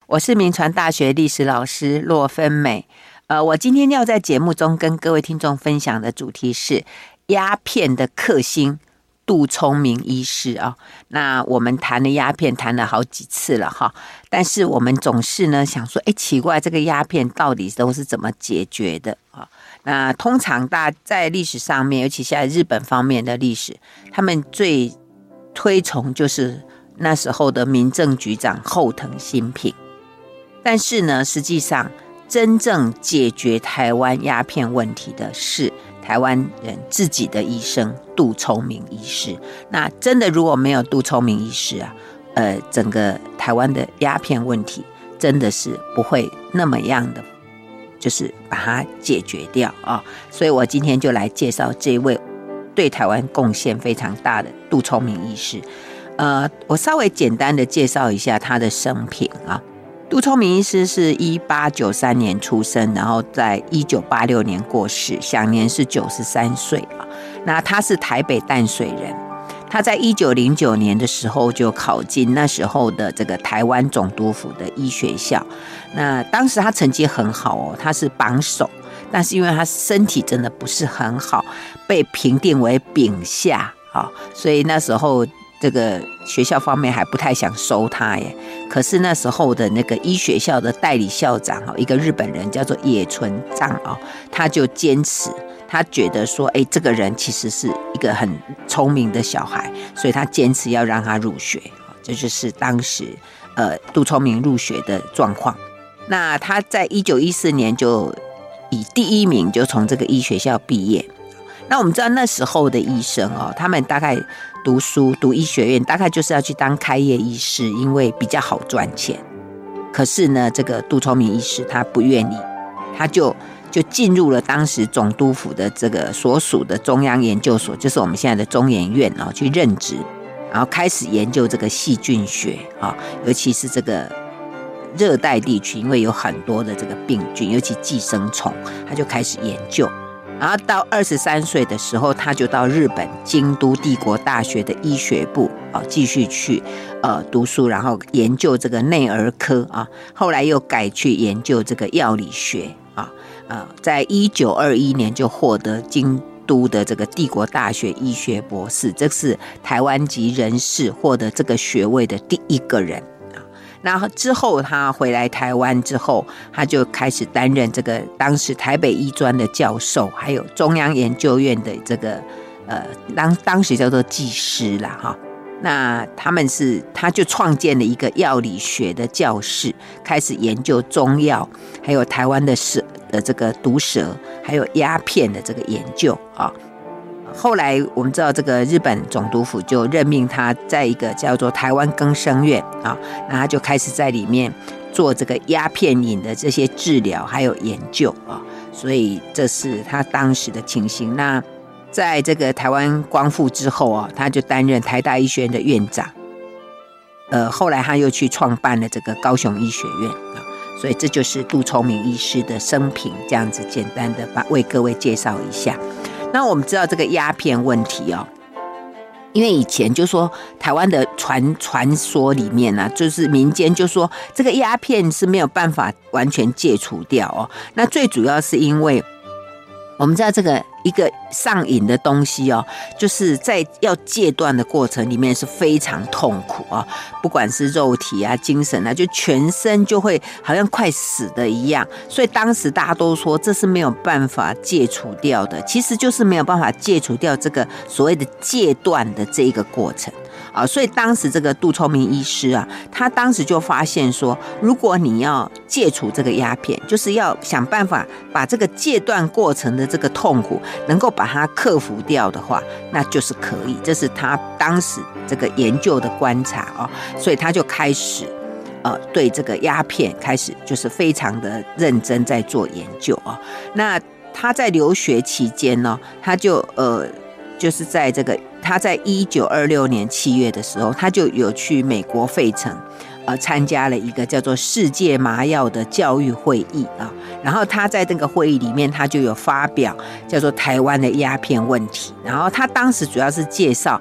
我是铭传大学历史老师骆芬美。我今天要在节目中跟各位听众分享的主题是鸦片的克星杜聪明医师啊。那我们谈了鸦片谈了好几次了哈，但是我们总是呢想说，奇怪，这个鸦片到底都是怎么解决的啊？那通常在历史上面，尤其现在日本方面的历史，他们最推崇就是那时候的民政局长后藤新平。但是呢，实际上真正解决台湾鸦片问题的是台湾人自己的医生杜聪明医师。那真的如果没有杜聪明医师啊，整个台湾的鸦片问题真的是不会那么样的，就是把它解决掉啊。所以我今天就来介绍这位对台湾贡献非常大的杜聪明医师。我稍微简单的介绍一下他的生平啊。杜聪明医师是1893年出生，然后在1986年过世，享年是93岁啊。那他是台北淡水人，他在1909年的时候就考进那时候的这个台湾总督府的医学校。那当时他成绩很好哦，他是榜首，但是因为他身体真的不是很好，被评定为丙下啊，所以那时候这个学校方面还不太想收他耶。可是那时候的那个医学校的代理校长一个日本人叫做野村藏他就坚持，他觉得说这个人其实是一个很聪明的小孩，所以他坚持要让他入学。这就是当时杜聪明入学的状况。那他在1914年就以第1名就从这个医学校毕业。那我们知道那时候的医生他们大概读医学院大概就是要去当开业医师，因为比较好赚钱。可是呢，这个杜聪明医师他不愿意，他就进入了当时总督府的这个所属的中央研究所，就是我们现在的中研院去任职，然后开始研究这个细菌学尤其是这个热带地区，因为有很多的这个病菌，尤其寄生虫，他就开始研究。然后到23岁的时候，他就到日本京都帝国大学的医学部继续去读书，然后研究这个内儿科后来又改去研究这个药理学在1921年就获得京都的这个帝国大学医学博士，这是台湾籍人士获得这个学位的第一个人。那之后他回来台湾之后，他就开始担任这个当时台北医专的教授，还有中央研究院的这个当时叫做技师啦那他就创建了一个药理学的教室，开始研究中药，还有台湾的这个毒蛇，还有鸦片的这个研究后来我们知道这个日本总督府就任命他在一个叫做台湾更生院那他就开始在里面做这个鸦片瘾的这些治疗还有研究所以这是他当时的情形。那在这个台湾光复之后他就担任台大医学院的院长，后来他又去创办了这个高雄医学院所以这就是杜聪明医师的生平，这样子简单的为各位介绍一下。那我们知道这个鸦片问题因为以前就说台湾的传说里面就是民间就说这个鸦片是没有办法完全戒除掉那最主要是因为我们知道这个一个上瘾的东西就是在要戒断的过程里面是非常痛苦不管是肉体精神就全身就会好像快死的一样，所以当时大家都说这是没有办法戒除掉的，其实就是没有办法戒除掉这个所谓的戒断的这一个过程所以当时这个杜聪明医师他当时就发现说，如果你要戒除这个鸦片，就是要想办法把这个戒断过程的这个痛苦能够把它克服掉的话，那就是可以，这是他当时这个研究的观察所以他就开始对这个鸦片开始就是非常的认真在做研究那他在留学期间呢，他就是在这个他在1926年7月的时候，他就有去美国费城参加了一个叫做世界麻药的教育会议然后他在那个会议里面他就有发表叫做台湾的鸦片问题，然后他当时主要是介绍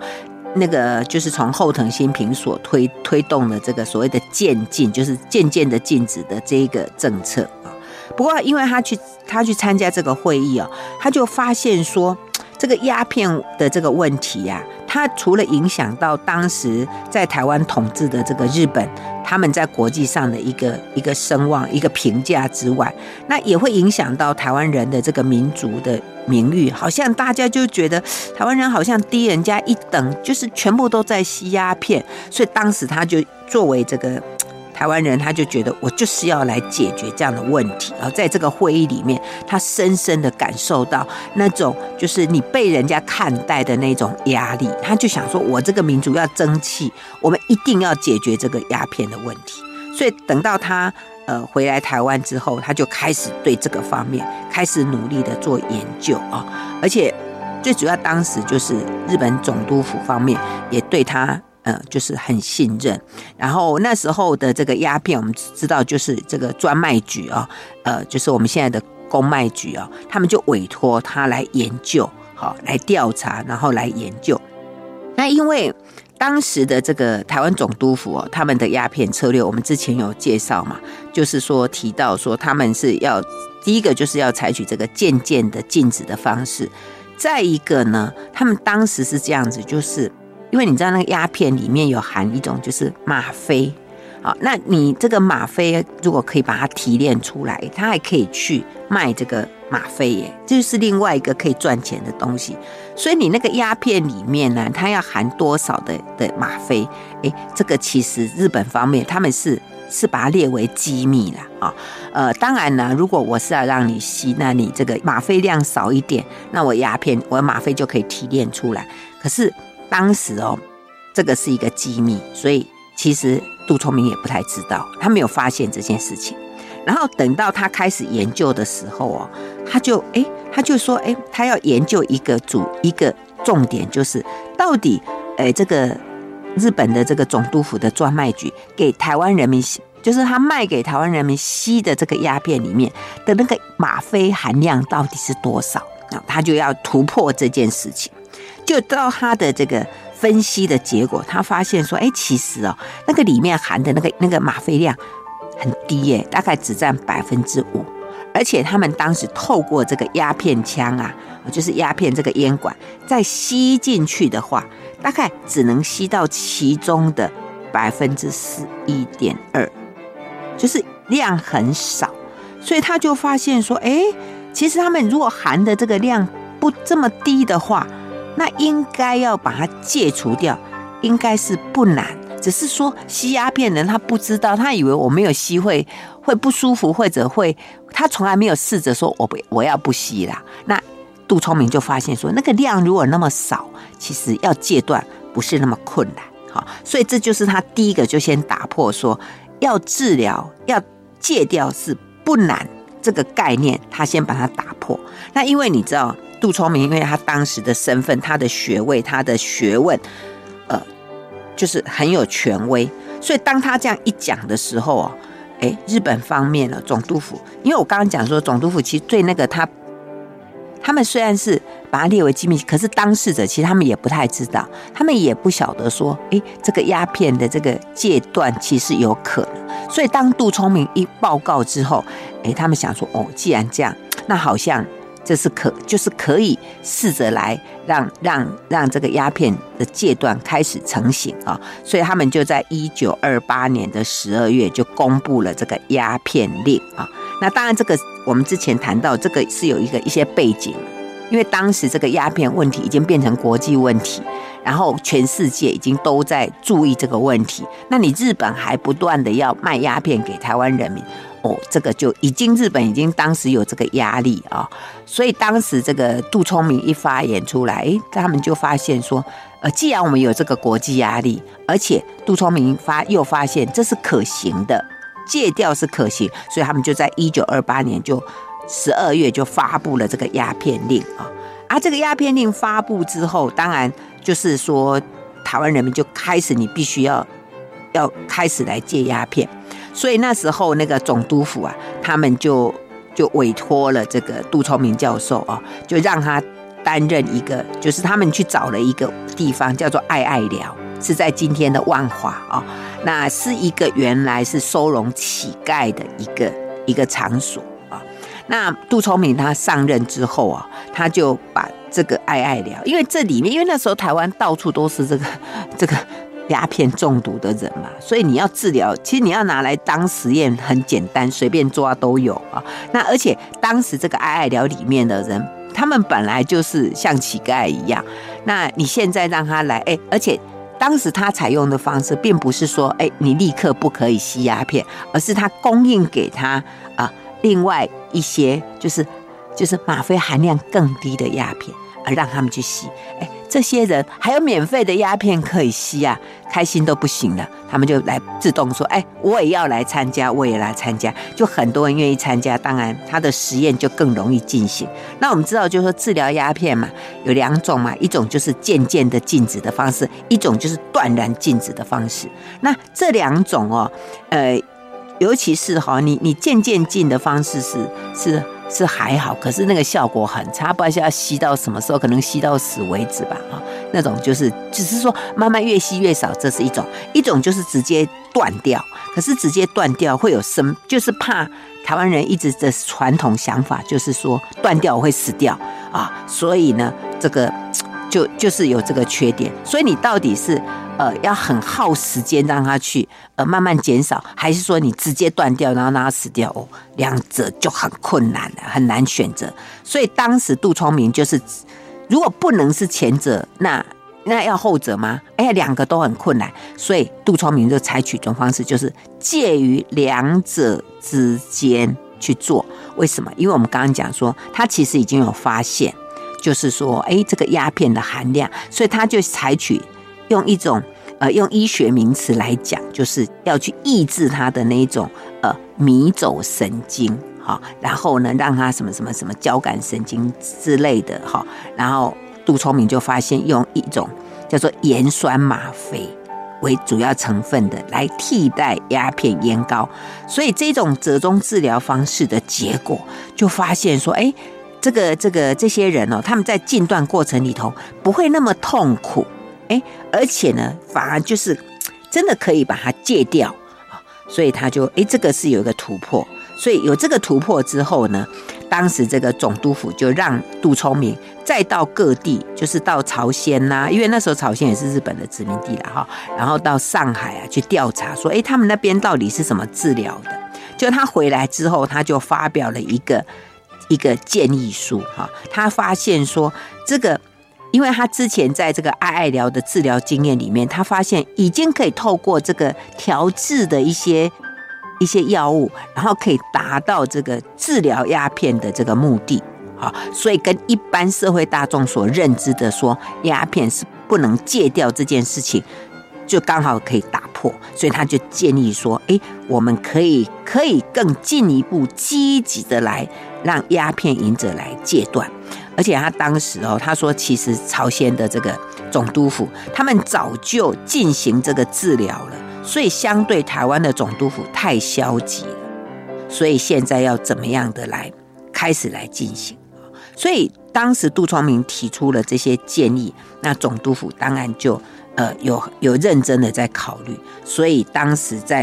那个就是从后藤新平所推动的这个所谓的渐进，就是渐渐的禁止的这个政策啊。不过因为他去参加这个会议哦，他就发现说这个鸦片的这个问题啊，它除了影响到当时在台湾统治的这个日本，他们在国际上的一个声望、一个评价之外，那也会影响到台湾人的这个民族的名誉，好像大家就觉得台湾人好像低人家一等，就是全部都在吸鸦片，所以当时他就作为这个台湾人，他就觉得我就是要来解决这样的问题。然后在这个会议里面，他深深的感受到那种就是你被人家看待的那种压力，他就想说我这个民族要争气，我们一定要解决这个鸦片的问题。所以等到他回来台湾之后，他就开始对这个方面开始努力的做研究啊，而且最主要当时就是日本总督府方面也对他就是很信任。然后那时候的这个鸦片，我们知道就是这个专卖局啊，就是我们现在的公卖局啊，他们就委托他来研究，好来调查，然后来研究。那因为当时的这个台湾总督府他们的鸦片策略，我们之前有介绍嘛，就是说提到说他们是要第一个就是要采取这个渐渐的禁止的方式，再一个呢，他们当时是这样子，就是因为你知道那个鸦片里面有含一种就是吗啡，好，那你这个吗啡如果可以把它提炼出来，它还可以去卖这个吗啡耶，这就是另外一个可以赚钱的东西。所以你那个鸦片里面呢，它要含多少的吗啡？这个其实日本方面他们是把它列为机密啦当然呢，如果我是要让你吸，那你这个吗啡量少一点，那我的吗啡就可以提炼出来。可是当时这个是一个机密，所以其实杜聪明也不太知道，他没有发现这件事情。然后等到他开始研究的时候他就说他要研究一个重点，就是到底这个日本的这个总督府的专卖局给台湾人民，就是他卖给台湾人民吸的这个鸦片里面的那个吗啡含量到底是多少，他就要突破这件事情。就到他的这个分析的结果，他发现说其实那个里面含的那个吗啡量很低耶，大概只占5%，而且他们当时透过这个鸦片枪就是鸦片这个烟管再吸进去的话，大概只能吸到其中的11.2%，就是量很少。所以他就发现说其实他们如果含的这个量不这么低的话，那应该要把它戒除掉，应该是不难。只是说吸鸦片人他不知道，他以为我没有吸会不舒服，或者他从来没有试着说我要不吸啦。那杜聪明就发现说，那个量如果那么少，其实要戒断不是那么困难。好，所以这就是他第一个就先打破说要治疗要戒掉是不难这个概念，他先把它打破。那因为你知道杜聪明，因为他当时的身份、他的学位、他的学问，就是很有权威，所以当他这样一讲的时候日本方面总督府，因为我刚刚讲说总督府其实对那个他们虽然是把它列为机密，可是当事者其实他们也不太知道，他们也不晓得说这个鸦片的这个戒断其实有可能。所以当杜聪明一报告之后，他们想说既然这样，那好像这是就是可以试着来让这个鸦片的戒断开始成型所以他们就在1928年的12月就公布了这个鸦片令那当然这个我们之前谈到，这个是有一些背景，因为当时这个鸦片问题已经变成国际问题，然后全世界已经都在注意这个问题，那你日本还不断的要卖鸦片给台湾人民这个就日本已经当时有这个压力所以当时这个杜聪明一发言出来他们就发现说既然我们有这个国际压力，而且杜聪明又发现这是可行的，戒掉是可行，所以他们就在1928年就12月就发布了这个鸦片令这个鸦片令发布之后，当然就是说台湾人民就开始你必须要开始来戒鸦片。所以那时候那个总督府他们就委托了这个杜聪明教授就让他担任一个，就是他们去找了一个地方叫做爱爱寮，是在今天的万华哦。那是一个原来是收容乞丐的一个场所啊。那杜聪明他上任之后啊，他就把这个爱爱寮，因为这里面，因为那时候台湾到处都是这个鸦片中毒的人嘛，所以你要治疗，其实你要拿来当实验很简单，随便抓都有啊。那而且当时这个爱爱寮里面的人，他们本来就是像乞丐一样，那你现在让他来，而且当时他采用的方式，并不是说，你立刻不可以吸鸦片，而是他供应给他另外一些就是吗啡含量更低的鸦片，而让他们去吸。这些人还有免费的鸦片可以吸啊，开心都不行了，他们就来自动说，我也要来参加，我也来参加，就很多人愿意参加，当然他的实验就更容易进行。那我们知道，就是说治疗鸦片嘛，有2种嘛，一种就是渐渐的禁止的方式，一种就是断然禁止的方式。那这2种哦，尤其是你渐渐禁的方式是还好，可是那个效果很差，不知道要吸到什么时候，可能吸到死为止吧。那种就是只是说慢慢越吸越少，这是一种就是直接断掉，可是直接断掉会有就是怕台湾人一直的传统想法就是说断掉我会死掉啊，所以呢这个就是有这个缺点，所以你到底是要很耗时间让它去慢慢减少，还是说你直接断掉然后让它死掉两者就很困难了，很难选择。所以当时杜聪明就是如果不能是前者，那要后者吗？2个都很困难，所以杜聪明就采取一种方式，就是介于2者之间去做。为什么？因为我们刚刚讲说他其实已经有发现，就是说这个鸦片的含量，所以他就采取用一种用医学名词来讲，就是要去抑制它的那一种迷走神经，然后呢让它什么交感神经之类的，然后杜聪明就发现用一种叫做盐酸吗啡为主要成分的来替代鸦片烟膏，所以这种折中治疗方式的结果就发现说，这些人他们在禁断过程里头不会那么痛苦，而且呢反而就是真的可以把它戒掉，所以他就这个是有一个突破。所以有这个突破之后呢，当时这个总督府就让杜聪明再到各地，就是到朝鲜因为那时候朝鲜也是日本的殖民地啦，然后到上海去调查说他们那边到底是什么治疗的。就他回来之后，他就发表了一个建议书，他发现说这个因为他之前在这个爱爱疗的治疗经验里面，他发现已经可以透过这个调制的一些药物，然后可以达到这个治疗鸦片的这个目的，所以跟一般社会大众所认知的说鸦片是不能戒掉这件事情，就刚好可以打破。所以他就建议说，我们可以更进一步积极的来让鸦片瘾者来戒断。而且他当时他说其实朝鲜的这个总督府他们早就进行这个治疗了，所以相对台湾的总督府太消极了，所以现在要怎么样的开始来进行。所以当时杜聪明提出了这些建议，那总督府当然就有认真的在考虑，所以当时在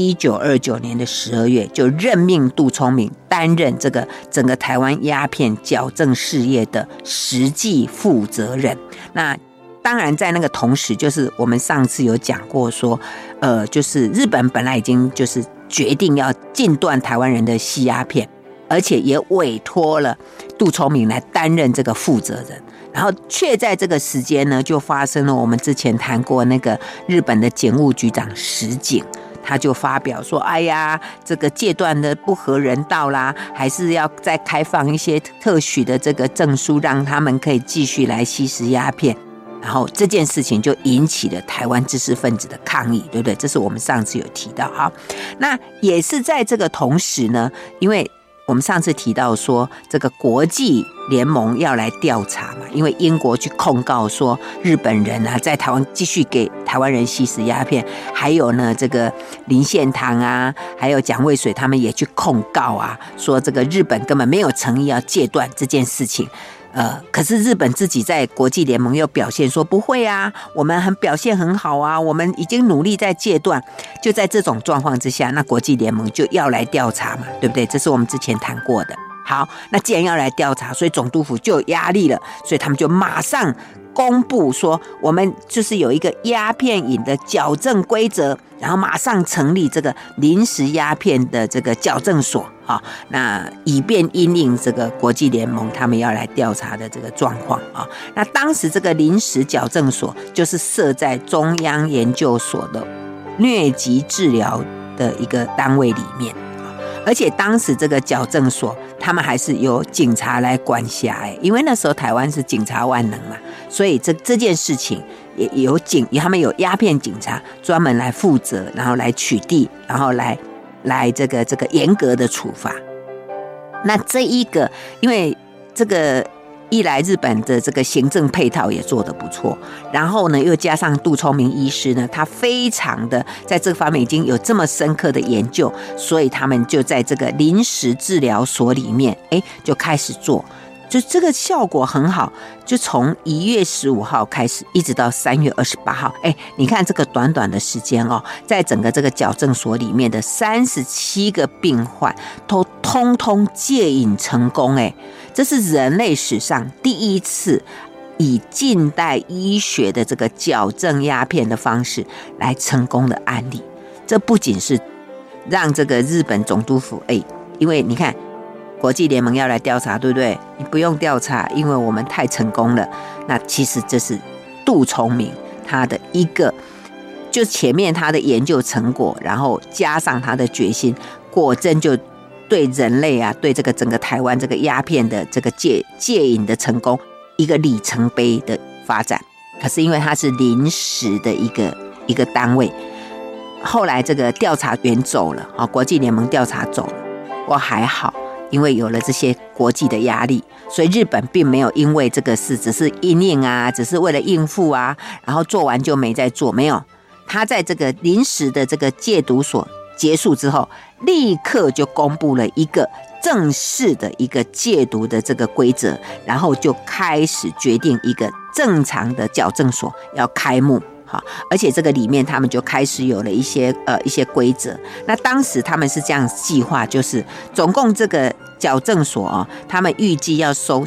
1929年的12月就任命杜聪明担任这个整个台湾鸦片矫正事业的实际负责人。那当然在那个同时，就是我们上次有讲过说就是日本本来已经就是决定要禁断台湾人的吸鸦片，而且也委托了杜聪明来担任这个负责人。然后却在这个时间呢，就发生了我们之前谈过那个日本的检务局长石井，他就发表说，这个戒断的不合人道啦，还是要再开放一些特许的这个证书，让他们可以继续来吸食鸦片。然后这件事情就引起了台湾知识分子的抗议，对不对？这是我们上次有提到。好，那也是在这个同时呢，因为我们上次提到说这个国际联盟要来调查嘛，因为英国去控告说日本人在台湾继续给台湾人吸食鸦片，还有呢这个林献堂还有蒋渭水他们也去控告说这个日本根本没有诚意要戒断这件事情。 可是日本自己在国际联盟又表现说不会啊，我们表现很好啊，我们已经努力在戒断。就在这种状况之下，那国际联盟就要来调查嘛，对不对？这是我们之前谈过的。好，那既然要来调查，所以总督府就有压力了，所以他们就马上公布说，我们就是有一个鸦片瘾的矫正规则，然后马上成立这个临时鸦片的这个矫正所啊，那以便因应这个国际联盟他们要来调查的这个状况啊。那当时这个临时矫正所就是设在中央研究所的疟疾治疗的一个单位里面。而且当时这个矫正所，他们还是由警察来管辖，因为那时候台湾是警察万能嘛，所以这件事情也有他们有鸦片警察专门来负责，然后来取缔，然后来这个严格的处罚。那这一个，因为这个一来日本的这个行政配套也做得不错，然后呢又加上杜聪明医师呢，他非常的在这方面已经有这么深刻的研究，所以他们就在这个临时治疗所里面就开始做，就这个效果很好，就从1月15号开始一直到3月28号，你看这个短短的时间在整个这个矫正所里面的37个病患都通通戒瘾成功，这是人类史上第一次以近代医学的这个矫正鸦片的方式来成功的案例。这不仅是让这个日本总督府因为你看国际联盟要来调查，对不对？你不用调查，因为我们太成功了。那其实这是杜聪明他的一个，就前面他的研究成果，然后加上他的决心，果真就对人类啊，对这个整个台湾这个鸦片的这个戒瘾的成功一个里程碑的发展。可是因为它是临时的一个单位，后来这个调查员走了国际联盟调查走了，我还好，因为有了这些国际的压力，所以日本并没有因为这个事只是因应啊，只是为了应付啊，然后做完就没再做，没有，他在这个临时的这个戒毒所结束之后，立刻就公布了一个正式的一个戒毒的这个规则，然后就开始决定一个正常的矫正所要开幕。而且这个里面他们就开始有了一些规则。那当时他们是这样计划，就是总共这个矫正所他们预计要收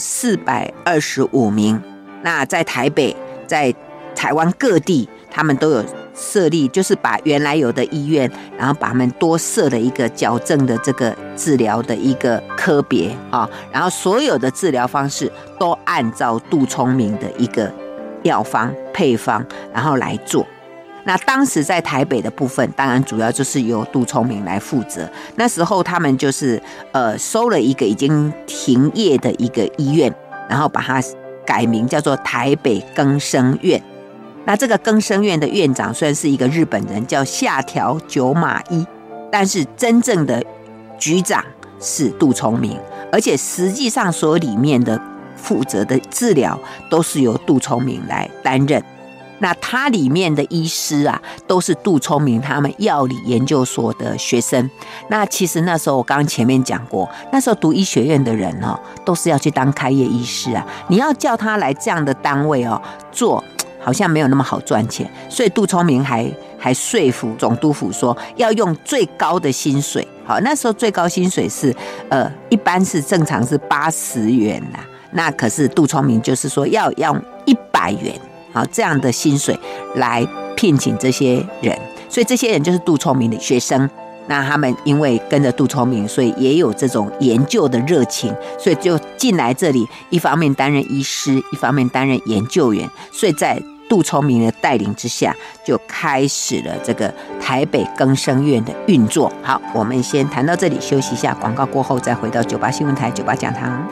425名。那在台北，在台湾各地，他们都有设立，就是把原来有的医院，然后把他们多设了一个矫正的这个治疗的一个科别然后所有的治疗方式都按照杜聪明的一个药方配方然后来做。那当时在台北的部分，当然主要就是由杜聪明来负责。那时候他们就是收了一个已经停业的一个医院，然后把它改名叫做台北更生院。那这个更生院的院长虽然是一个日本人，叫下条久马一，但是真正的局长是杜聪明，而且实际上所有里面的负责的治疗都是由杜聪明来担任。那他里面的医师啊，都是杜聪明他们药理研究所的学生。那其实那时候我刚刚前面讲过，那时候读医学院的人都是要去当开业医师啊。你要叫他来这样的单位做，好像没有那么好赚钱，所以杜聪明还说服总督府说要用最高的薪水。好，那时候最高薪水是一般是正常是80元啦，那可是杜聪明就是说要用100元。好，这样的薪水来聘请这些人，所以这些人就是杜聪明的学生。那他们因为跟着杜聪明，所以也有这种研究的热情，所以就进来这里，一方面担任医师，一方面担任研究员。所以在杜聪明的带领之下，就开始了这个台北更生院的运作。好，我们先谈到这里，休息一下，广告过后再回到98新闻台98讲堂。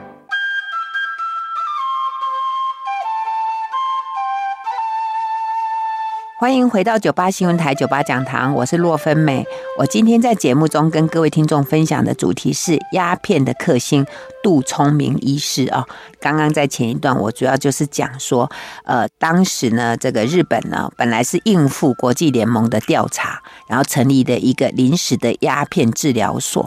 欢迎回到98新闻台98讲堂，我是洛芬美。我今天在节目中跟各位听众分享的主题是鸦片的克星杜聪明医师刚刚在前一段我主要就是讲说当时呢这个日本呢本来是应付国际联盟的调查，然后成立的一个临时的鸦片治疗所。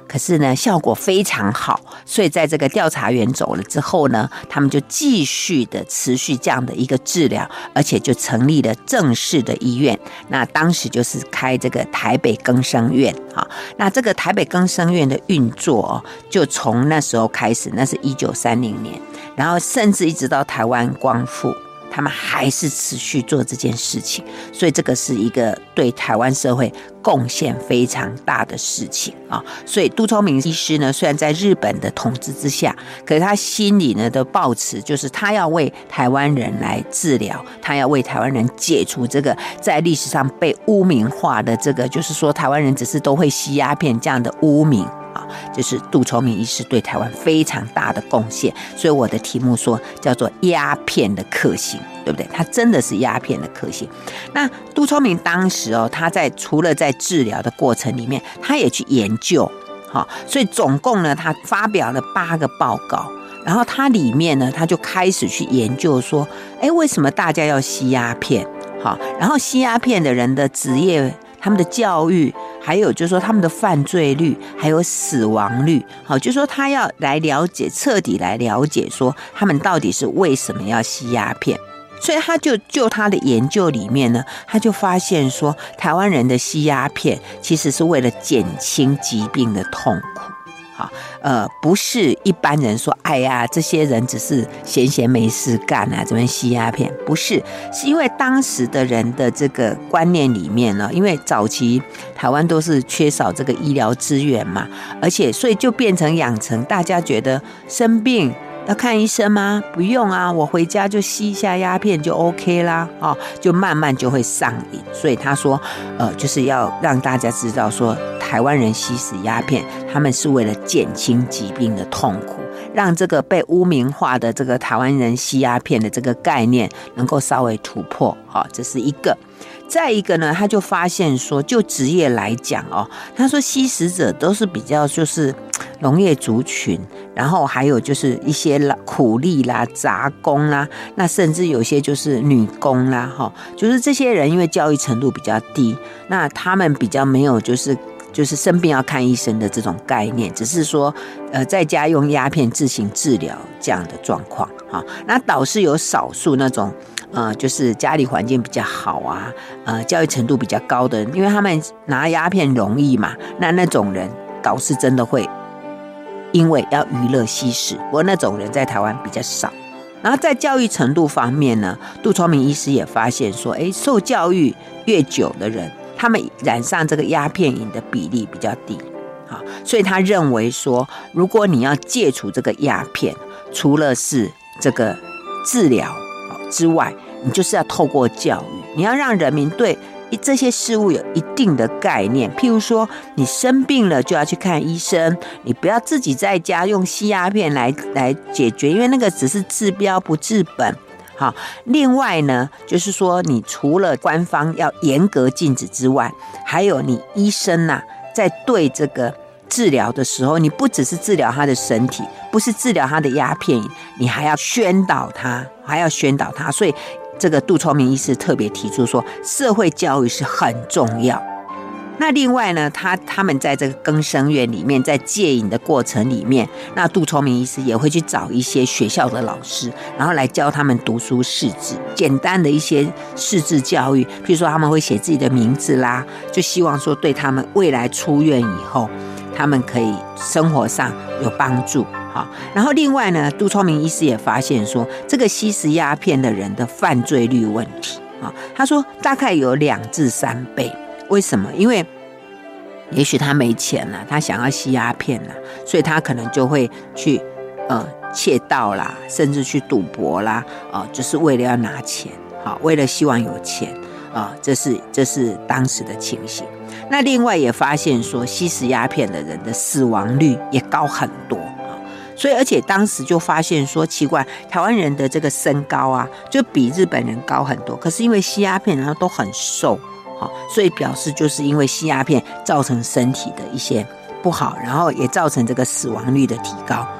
可是呢效果非常好，所以在这个调查员走了之后呢，他们就继续的持续这样的一个治疗，而且就成立了正式的医院。那当时就是开这个台北更生院啊。那这个台北更生院的运作就从那时候开始，那是1930年，然后甚至一直到台湾光复，他们还是持续做这件事情，所以这个是一个对台湾社会贡献非常大的事情啊。所以杜聪明医师呢，虽然在日本的统治之下，可是他心里呢的抱持就是他要为台湾人来治疗，他要为台湾人解除这个在历史上被污名化的这个，就是说台湾人只是都会吸鸦片这样的污名。就是杜聪明医师对台湾非常大的贡献，所以我的题目说叫做鸦片的克星，对不对？他真的是鸦片的克星。那杜聪明当时他除了在治疗的过程里面，他也去研究，所以总共呢，他发表了8个报告，然后他里面呢，他就开始去研究说，为什么大家要吸鸦片？然后吸鸦片的人的职业，他们的教育，还有就是说他们的犯罪率，还有死亡率，就是说他要来了解，彻底来了解说他们到底是为什么要吸鸦片。所以他就他的研究里面呢，他就发现说台湾人的吸鸦片其实是为了减轻疾病的痛苦。不是一般人说，哎呀，这些人只是闲闲没事干啊，怎么吸鸦片？不是，是因为当时的人的这个观念里面呢，因为早期台湾都是缺少这个医疗资源嘛，而且所以就变成养成大家觉得生病要看医生吗？不用啊，我回家就吸一下鸦片就 OK 啦，就慢慢就会上瘾。所以他说，就是要让大家知道说，台湾人吸食鸦片，他们是为了减轻疾病的痛苦，让这个被污名化的这个台湾人吸鸦片的这个概念能够稍微突破，这是一个。再一个呢，他就发现说，就职业来讲他说吸食者都是比较就是农业族群，然后还有就是一些苦力啦、杂工啦，那甚至有些就是女工啦，就是这些人因为教育程度比较低，那他们比较没有就是生病要看医生的这种概念，只是说在家用鸦片自行治疗这样的状况。那倒是有少数那种就是家里环境比较好啊，教育程度比较高的人，因为他们拿鸦片容易嘛，那种人倒是真的会因为要娱乐吸食，不过那种人在台湾比较少。然后在教育程度方面呢，杜聪明医师也发现说，受教育越久的人，他们染上这个鸦片瘾的比例比较低。所以他认为说，如果你要戒除这个鸦片，除了是这个治疗之外，你就是要透过教育，你要让人民对这些事物有一定的概念。譬如说你生病了就要去看医生，你不要自己在家用吸鸦片来解决，因为那个只是治标不治本。另外呢，就是说你除了官方要严格禁止之外，还有你医生在对这个治疗的时候，你不只是治疗他的身体，不是治疗他的鸦片瘾，你还要宣导他。所以这个杜聪明医师特别提出说，社会教育是很重要。那另外呢，他们在这个更生院里面，在戒瘾的过程里面，那杜聪明医师也会去找一些学校的老师，然后来教他们读书识字，简单的一些识字教育，譬如说他们会写自己的名字啦，就希望说对他们未来出院以后，他们可以生活上有帮助。然后另外呢，杜聪明医师也发现说，这个吸食鸦片的人的犯罪率问题，他说大概有2至3倍。为什么？因为也许他没钱了，他想要吸鸦片了，所以他可能就会去窃盗啦，甚至去赌博啦，就是为了要拿钱，为了希望有钱，这是当时的情形。那另外也发现说，吸食鸦片的人的死亡率也高很多。所以而且当时就发现说，奇怪，台湾人的这个身高就比日本人高很多，可是因为吸鸦片然后都很瘦，所以表示就是因为吸鸦片造成身体的一些不好，然后也造成这个死亡率的提高。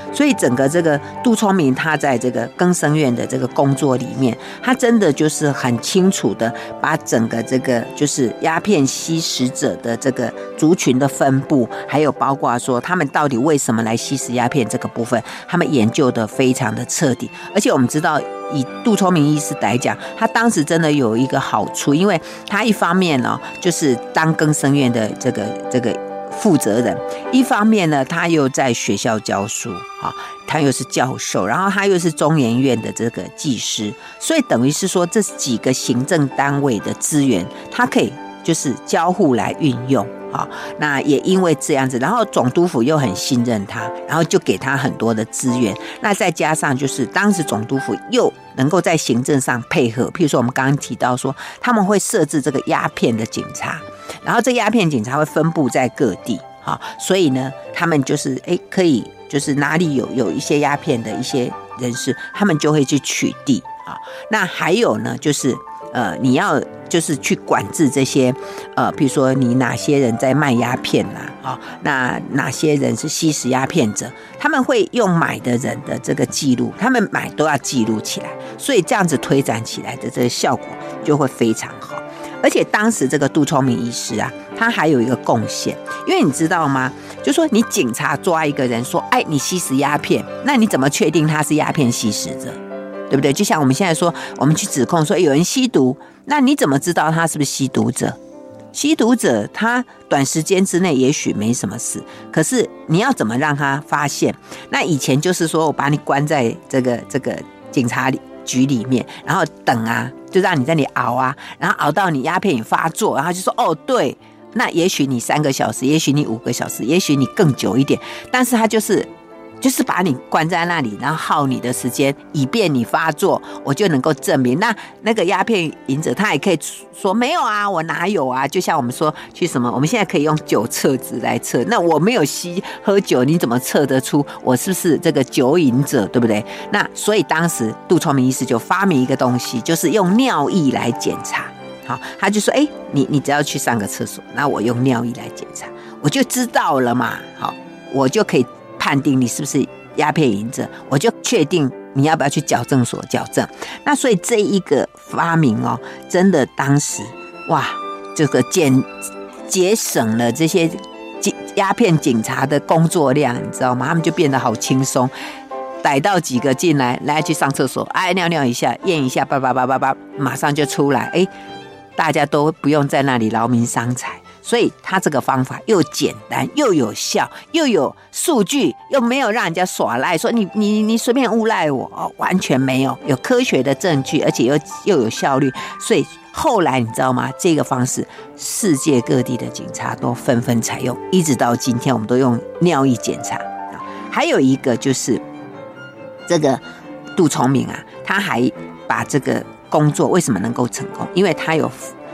所以整个这个杜聪明他在这个更生院的这个工作里面，他真的就是很清楚的把整个这个就是鸦片吸食者的这个族群的分布，还有包括说他们到底为什么来吸食鸦片这个部分，他们研究的非常的彻底。而且我们知道以杜聪明医师来讲，他当时真的有一个好处，因为他一方面呢就是当更生院的这个负责人，一方面呢他又在学校教书啊，他又是教授，然后他又是中研院的这个技师，所以等于是说这几个行政单位的资源，他可以就是交互来运用。好，那也因为这样子，然后总督府又很信任他，然后就给他很多的资源。那再加上就是当时总督府又能够在行政上配合，譬如说我们刚刚提到说他们会设置这个鸦片的警察，然后这鸦片警察会分布在各地，好，所以呢他们就是可以就是哪里有一些鸦片的一些人士，他们就会去取缔啊。那还有呢就是你要就是去管制这些比如说你哪些人在卖鸦片啦，那哪些人是吸食鸦片者，他们会用买的人的这个记录，他们买都要记录起来，所以这样子推展起来的这个效果就会非常好。而且当时这个杜聪明医师啊，他还有一个贡献，因为你知道吗？就说你警察抓一个人说，你吸食鸦片，那你怎么确定他是鸦片吸食者？对不对？就像我们现在说，我们去指控说有人吸毒，那你怎么知道他是不是吸毒者？吸毒者他短时间之内也许没什么事，可是你要怎么让他发现？那以前就是说我把你关在这个警察局里面，然后等啊，就让你在那里熬啊，然后熬到你鸦片瘾发作，然后就说对，那也许你3个小时，也许你5个小时，也许你更久一点，但是他就是把你关在那里，然后耗你的时间，以便你发作，我就能够证明。那个鸦片瘾者他也可以说没有啊，我哪有啊？就像我们说去什么，我们现在可以用酒测值来测，那我没有喝酒，你怎么测得出我是不是这个酒瘾者，对不对？那所以当时杜聪明医师就发明一个东西，就是用尿液来检查。好，他就说你只要去上个厕所，那我用尿液来检查，我就知道了嘛。好，我就可以判定你是不是鸦片瘾者，我就确定你要不要去矫正所矫正。那所以这一个发明真的当时哇，这个节省了这些鸦片警察的工作量，你知道吗？他们就变得好轻松，逮到几个进来去上厕所，尿尿一下，验一下，马上就出来，大家都不用在那里劳民伤财。所以他这个方法又简单又有效，又有数据，又没有让人家耍赖，说你随便诬赖我完全没有，有科学的证据，而且又有效率。所以后来你知道吗？这个方式世界各地的警察都纷纷采用，一直到今天我们都用尿液检查。还有一个就是这个杜聪明啊，他还把这个工作为什么能够成功？因为他有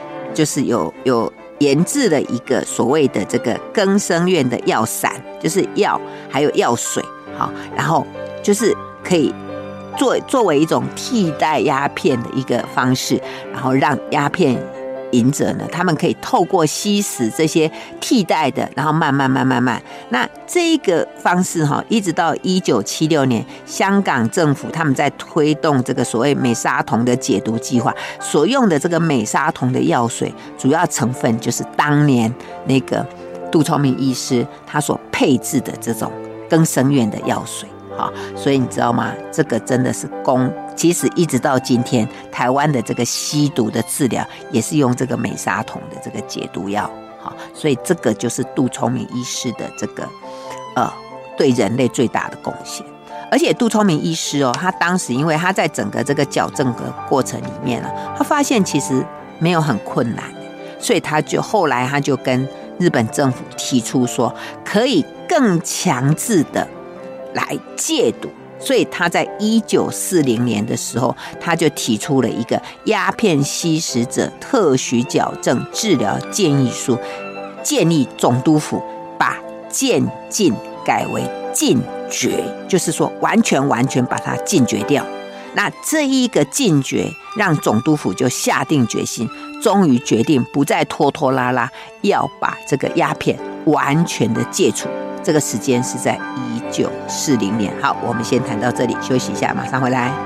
研制了一个所谓的这个更生院的药散，就是药还有药水，好，然后就是可以作为一种替代鸦片的一个方式，然后让鸦片瘾者呢，他们可以透过吸食这些替代的，然后慢慢，那这一个方式一直到1976年，香港政府他们在推动这个所谓美沙酮的解毒计划，所用的这个美沙酮的药水，主要成分就是当年那个杜聪明医师他所配制的这种更生院的药水。所以你知道吗？这个真的是其实一直到今天，台湾的这个吸毒的治疗也是用这个美沙酮的这个解毒药。所以这个就是杜聪明医师的这个对人类最大的贡献。而且杜聪明医师他当时因为他在整个这个矫正的过程里面他发现其实没有很困难，所以后来他就跟日本政府提出说，可以更强制的来戒毒，所以他在1940年的时候，他就提出了一个鸦片吸食者特许矫正治疗建议书，建议总督府把渐禁改为禁绝，就是说完全把它禁绝掉。那这一个禁绝让总督府就下定决心，终于决定不再拖拖拉拉，要把这个鸦片完全的戒除， 这个时间是在1940年。好，我们先谈到这里，休息一下，马上回来。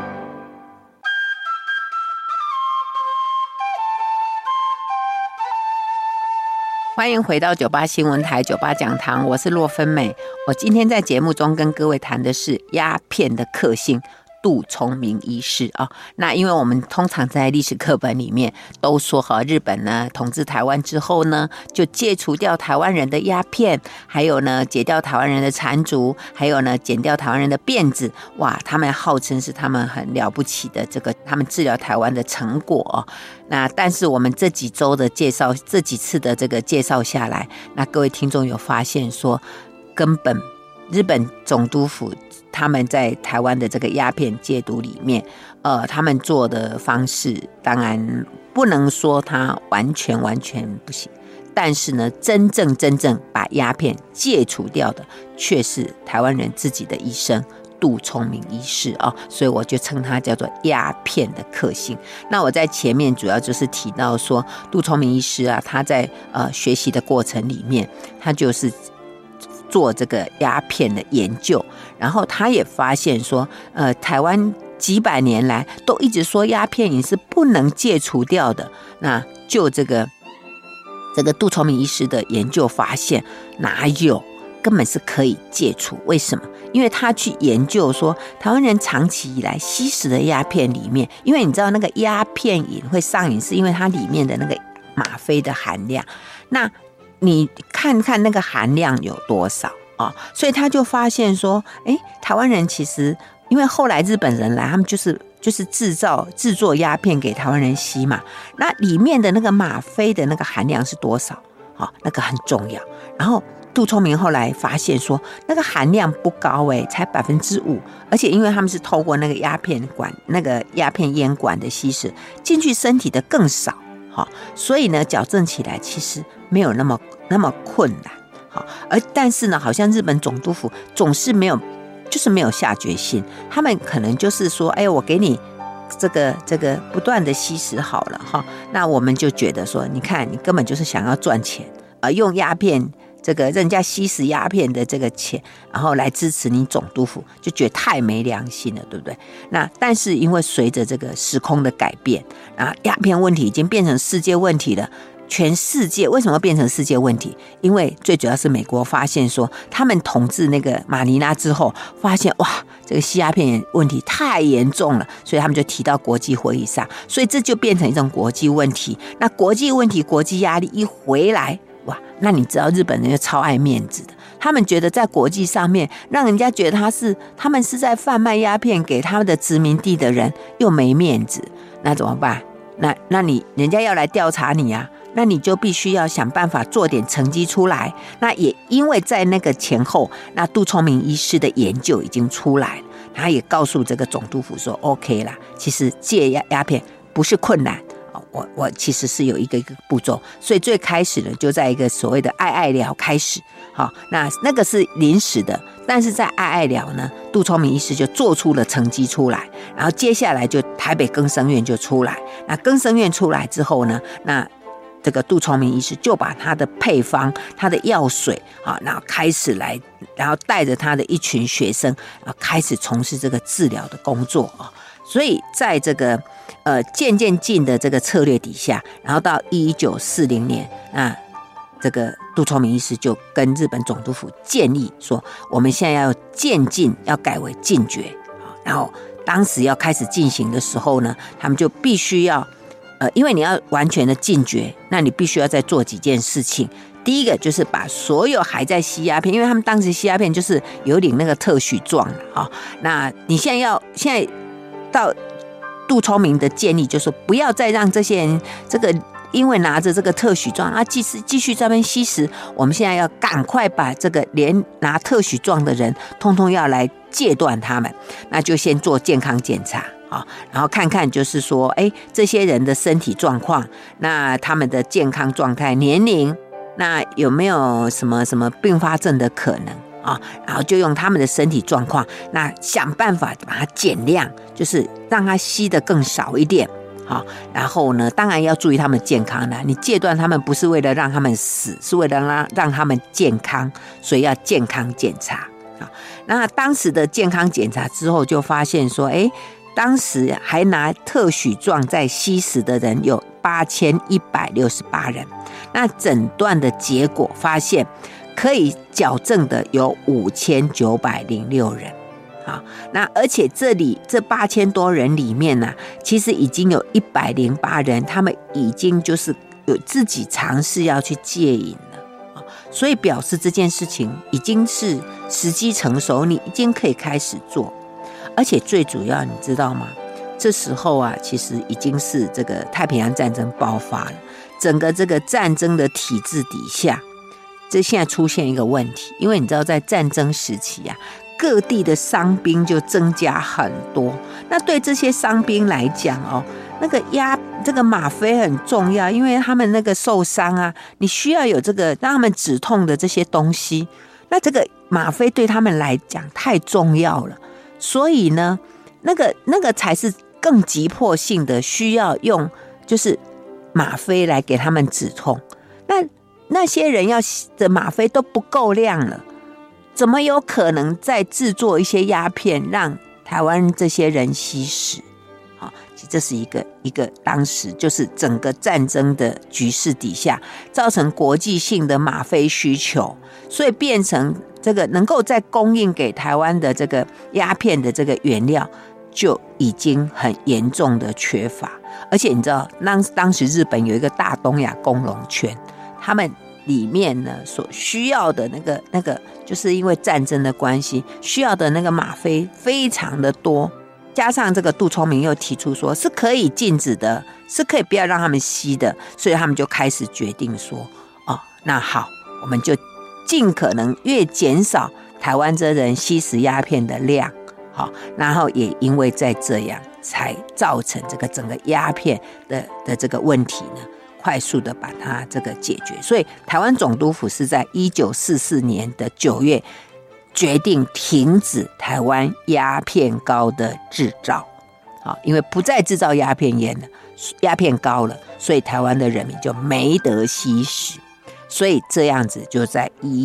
欢迎回到98新闻台98讲堂，我是洛芬美。我今天在节目中跟各位谈的是鸦片的克星杜聪明医师啊。那因为我们通常在历史课本里面都说日本呢统治台湾之后呢，就戒除掉台湾人的鸦片，还有呢解掉台湾人的缠足，还有呢剪掉台湾人的辫子。哇，他们号称是他们很了不起的这个他们治疗台湾的成果哦。那但是我们这几周的介绍，这几次的这个介绍下来，那各位听众有发现说，根本日本总督府他们在台湾的这个鸦片戒毒里面，他们做的方式当然不能说它完全不行，但是呢，真正把鸦片戒除掉的，却是台湾人自己的医生杜聪明医师啊，所以我就称他叫做鸦片的克星。那我在前面主要就是提到说，杜聪明医师啊，他在学习的过程里面，他就是做这个鸦片的研究，然后他也发现说，台湾几百年来都一直说鸦片瘾是不能戒除掉的。那就这个杜聪明医师的研究发现，哪有，根本是可以戒除。为什么？因为他去研究说，台湾人长期以来吸食的鸦片里面，因为你知道那个鸦片瘾会上瘾，是因为它里面的那个吗啡的含量。那你看看那个含量有多少啊？所以他就发现说，台湾人其实因为后来日本人来，他们就是制作鸦片给台湾人吸嘛，那里面的那个吗啡的那个含量是多少？那个很重要。然后杜聪明后来发现说，那个含量不高才5%，而且因为他们是透过那个鸦片管、那个鸦片烟管的吸食进去身体的更少，所以呢，矫正起来其实没有那么困难。但是呢，好像日本总督府总是没有下决心，他们可能就是说，我给你这个不断的吸食好了哈，那我们就觉得说，你看你根本就是想要赚钱，用鸦片这个人家吸食鸦片的这个钱，然后来支持你总督府，就觉得太没良心了，对不对？那但是因为随着这个时空的改变，啊，鸦片问题已经变成世界问题了。全世界为什么变成世界问题？因为最主要是美国发现说，他们统治那个马尼拉之后，发现哇，这个吸鸦片问题太严重了，所以他们就提到国际会议上，所以这就变成一种国际问题。那国际问题、国际压力一回来，哇，那你知道日本人就超爱面子的，他们觉得在国际上面让人家觉得他们是在贩卖鸦片给他们的殖民地的人，又没面子，那怎么办？那你人家要来调查你啊，那你就必须要想办法做点成绩出来。那也因为在那个前后，那杜聪明医师的研究已经出来了，他也告诉这个总督府说 OK 啦，其实戒鸦片不是困难，我其实是有一个步骤，所以最开始呢就在一个所谓的爱疗开始。好，那个是临时的，但是在爱疗呢，杜聪明医师就做出了成绩出来，然后接下来就台北更生院就出来。那更生院出来之后呢，那这个杜聪明医师就把他的配方、他的药水啊，然后开始来，然后带着他的一群学生，开始从事这个治疗的工作啊。所以在这个渐渐进的这个策略底下，然后到1940年，那这个杜聪明医师就跟日本总督府建议说，我们现在要渐进，要改为禁绝。然后当时要开始进行的时候呢，他们就必须要因为你要完全的禁绝，那你必须要再做几件事情。第一个就是把所有还在吸鸦片，因为他们当时吸鸦片就是有点那个特许状了那你现在到杜聪明的建议就是不要再让这些人因为拿着这个特许状继续在那边吸食，我们现在要赶快把这个连拿特许状的人通通要来戒断他们，那就先做健康检查然后看看就是说这些人的身体状况，那他们的健康状态、年龄，那有没有什么并发症的可能然后就用他们的身体状况，那想办法把它减量，就是让它吸得更少一点好，然后呢，当然要注意他们健康啦。你戒断他们不是为了让他们死，是为了让他们健康，所以要健康检查。好，那当时的健康检查之后，就发现说，当时还拿特许状在吸食的人有8168人，那诊断的结果发现可以矫正的有5906人。好，那而且这8000多人里面呢，其实已经有108人，他们已经就是有自己尝试要去戒瘾了，所以表示这件事情已经是时机成熟，你已经可以开始做。而且最主要，你知道吗？这时候啊，其实已经是这个太平洋战争爆发了，整个这个战争的体制底下，这现在出现一个问题，因为你知道在战争时期啊，各地的伤兵就增加很多。那对这些伤兵来讲哦，那个这个吗啡很重要，因为他们那个受伤啊，你需要有这个让他们止痛的这些东西。那这个吗啡对他们来讲太重要了，所以呢，那个才是更急迫性的，需要用就是吗啡来给他们止痛。那些人要的吗啡都不够量了，怎么有可能再制作一些鸦片让台湾这些人吸食？好，这是一个当时就是整个战争的局势底下造成国际性的吗啡需求，所以变成这个能够再供应给台湾的这个鸦片的这个原料就已经很严重的缺乏。而且你知道当时日本有一个大东亚工农圈，他们里面呢所需要的那个就是因为战争的关系需要的那个吗啡非常的多，加上这个杜聪明又提出说是可以禁止的，是可以不要让他们吸的，所以他们就开始决定说，那好，我们就尽可能越减少台湾这人吸食鸦片的量，好，然后也因为在这样才造成这个整个鸦片的这个问题呢，快速的把它这个解决。所以台湾总督府是在1944年的9月决定停止台湾鸦片膏的制造，因为不再制造鸦片烟了，鸦片膏了，所以台湾的人民就没得吸食。所以这样子就在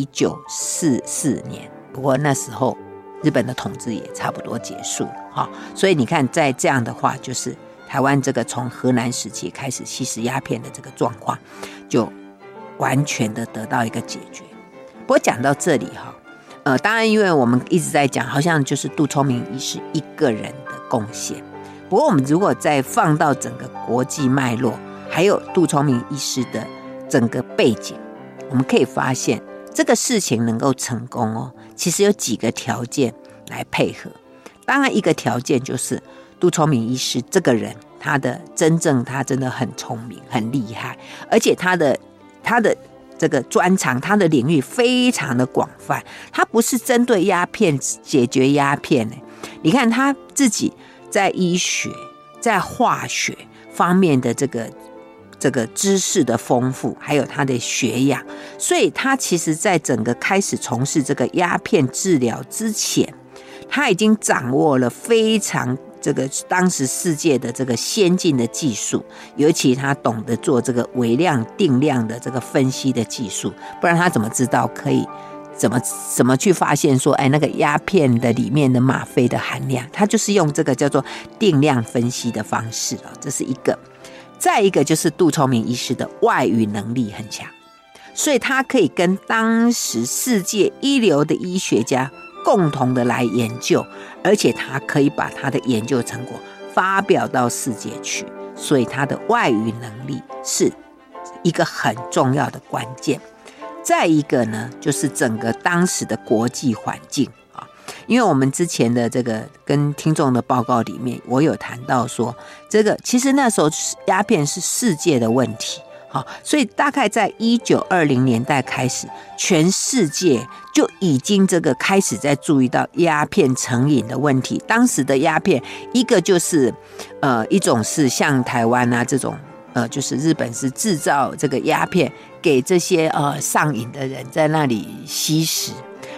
1944年，不过那时候日本的统治也差不多结束了，所以你看在这样的话，就是台湾这个从荷兰时期开始吸食鸦片的这个状况就完全的得到一个解决。不过讲到这里当然因为我们一直在讲好像就是杜聪明医师一个人的贡献，不过我们如果再放到整个国际脉络还有杜聪明医师的整个背景，我们可以发现这个事情能够成功其实有几个条件来配合。当然一个条件就是杜聪明医师这个人他真的很聪明很厉害，而且他的这个专长，他的领域非常的广泛，他不是针对鸦片解决鸦片你看他自己在医学在化学方面的这个知识的丰富，还有他的学养，所以他其实在整个开始从事这个鸦片治疗之前，他已经掌握了非常这个当时世界的这个先进的技术，尤其他懂得做这个微量定量的这个分析的技术，不然他怎么知道可以怎么去发现说那个鸦片的里面的吗啡的含量，他就是用这个叫做定量分析的方式这是一个。再一个就是杜聪明医师的外语能力很强，所以他可以跟当时世界一流的医学家共同的来研究，而且他可以把他的研究成果发表到世界去，所以他的外语能力是一个很重要的关键。再一个呢，就是整个当时的国际环境因为我们之前的这个跟听众的报告里面，我有谈到说，这个其实那时候鸦片是世界的问题，所以大概在1920年代开始，全世界就已经这个开始在注意到鸦片成瘾的问题。当时的鸦片，一个就是一种是像台湾这种就是日本是制造这个鸦片给这些上瘾的人在那里吸食。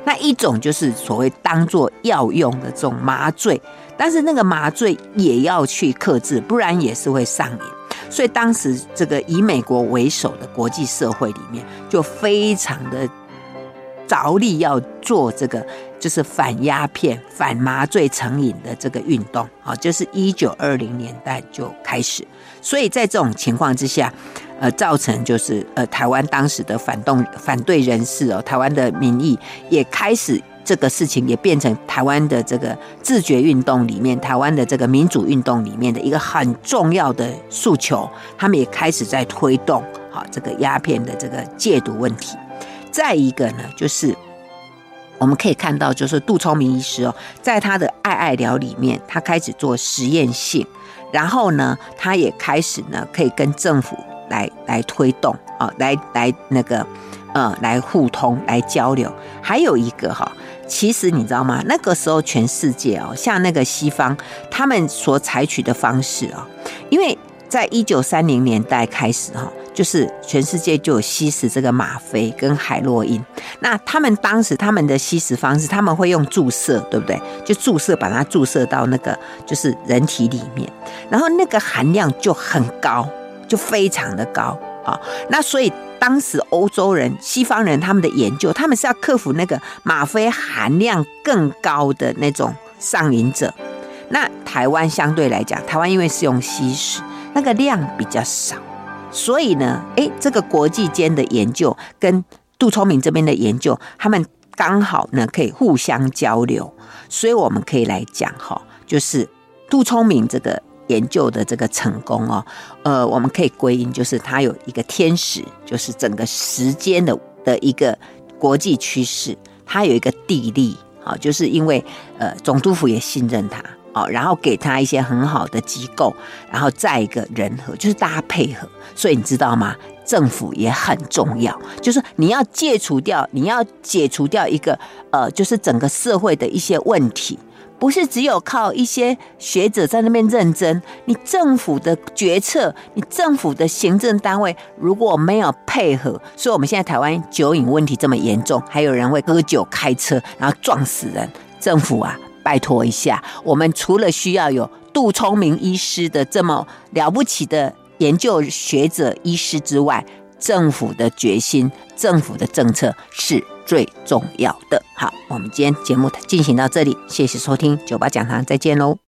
那一种就是所谓当作药用的这种麻醉，但是那个麻醉也要去克制，不然也是会上瘾。所以当时这个以美国为首的国际社会里面，就非常的着力要做这个就是反鸦片、反麻醉成瘾的这个运动，就是1920年代就开始。所以在这种情况之下，造成就是台湾当时的反对人士台湾的民意也开始。这个事情也变成台湾的这个自觉运动里面，台湾的这个民主运动里面的一个很重要的诉求，他们也开始在推动这个鸦片的这个戒毒问题。再一个呢，就是我们可以看到，就是杜聪明医师在他的爱疗里面，他开始做实验性，然后呢，他也开始呢可以跟政府来推动来那个来互通来交流。还有一个其实你知道吗？那个时候全世界像那个西方，他们所采取的方式因为在1930年代开始就是全世界就有吸食这个吗啡跟海洛因。那他们当时他们的吸食方式，他们会用注射，对不对？就把它注射到那个就是人体里面，然后那个含量就很高，就非常的高那所以当时欧洲人、西方人他们的研究，他们是要克服那个吗啡含量更高的那种上瘾者。那台湾相对来讲，台湾因为是用吸食，那个量比较少，所以呢，这个国际间的研究跟杜聪明这边的研究，他们刚好呢可以互相交流，所以我们可以来讲就是杜聪明这个研究的这个成功我们可以归因就是它有一个天时，就是整个时间的一个国际趋势，它有一个地利就是因为总督府也信任他然后给他一些很好的机构，然后再一个人和，就是大家配合。所以你知道吗？政府也很重要，就是你要解除掉一个就是整个社会的一些问题。不是只有靠一些学者在那边认真，你政府的决策，你政府的行政单位如果没有配合，所以我们现在台湾酒瘾问题这么严重，还有人会喝酒开车然后撞死人。政府拜托一下，我们除了需要有杜聪明医师的这么了不起的研究学者医师之外，政府的决心、政府的政策是最重要的。好，我们今天节目进行到这里，谢谢收听酒吧讲堂，再见喽。